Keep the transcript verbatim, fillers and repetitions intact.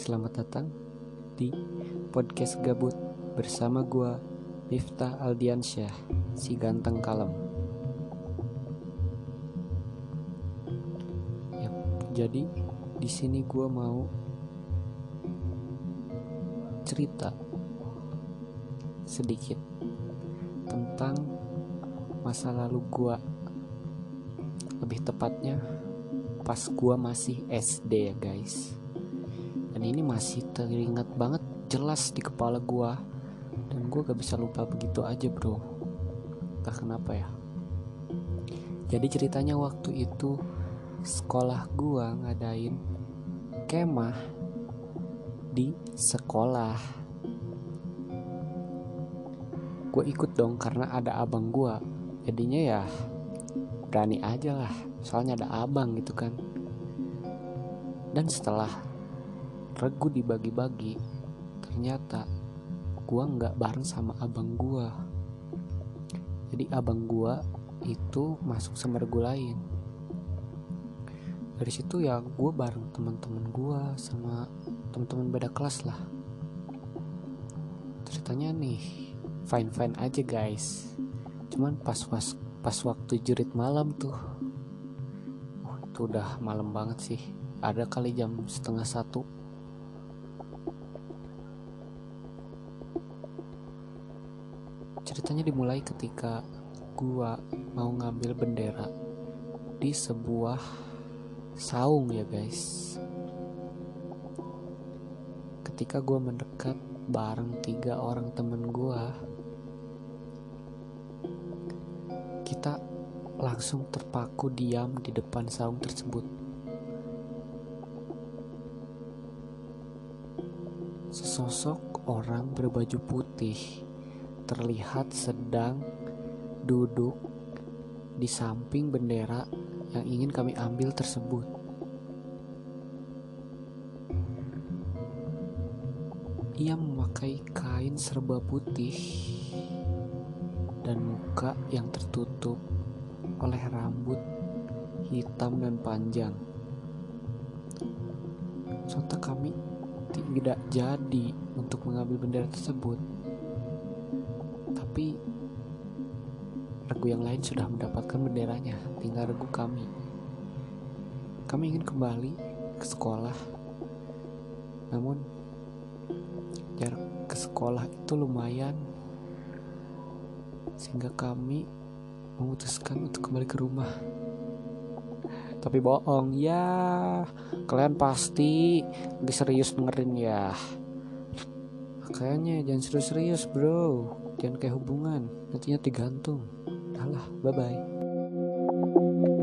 Selamat datang di podcast gabut bersama gua Miftah Aldiansyah, si ganteng kalem. Yap, jadi di sini gua mau cerita sedikit tentang masa lalu gua. Lebih tepatnya pas gua masih S D ya guys. Dan ini masih teringat banget jelas di kepala gue. Dan gue gak bisa lupa begitu aja bro. Entah kenapa ya. Jadi ceritanya waktu itu sekolah gue ngadain kemah di sekolah. Gue ikut dong karena ada abang gue. Jadinya ya berani aja lah, soalnya ada abang gitu kan. Dan setelah regu dibagi-bagi, ternyata gua nggak bareng sama abang gua. Jadi abang gua itu masuk sama regu lain. Dari situ ya gua bareng teman-teman gua sama teman-teman beda kelas lah. Ceritanya nih fine-fine aja guys. Cuman pas was, pas waktu jerit malam tuh, oh, itu udah malam banget sih. Ada kali jam setengah satu. Ceritanya dimulai ketika gua mau ngambil bendera di sebuah saung ya guys. Ketika gua mendekat bareng tiga orang temen gua, kita langsung terpaku diam di depan saung tersebut. Sesosok orang berbaju putih terlihat sedang duduk di samping bendera yang ingin kami ambil tersebut. Ia memakai kain serba putih dan muka yang tertutup oleh rambut hitam dan panjang. Sontak kami tidak jadi untuk mengambil bendera tersebut. Tapi regu yang lain sudah mendapatkan benderanya, tinggal regu kami. Kami ingin kembali ke sekolah, namun jarak ke sekolah itu lumayan, sehingga kami memutuskan untuk kembali ke rumah. Tapi bohong ya, kalian pasti lagi serius dengerin ya. Kayaknya jangan serius-serius bro, jangan kayak hubungan, nantinya digantung. Alah, bye-bye.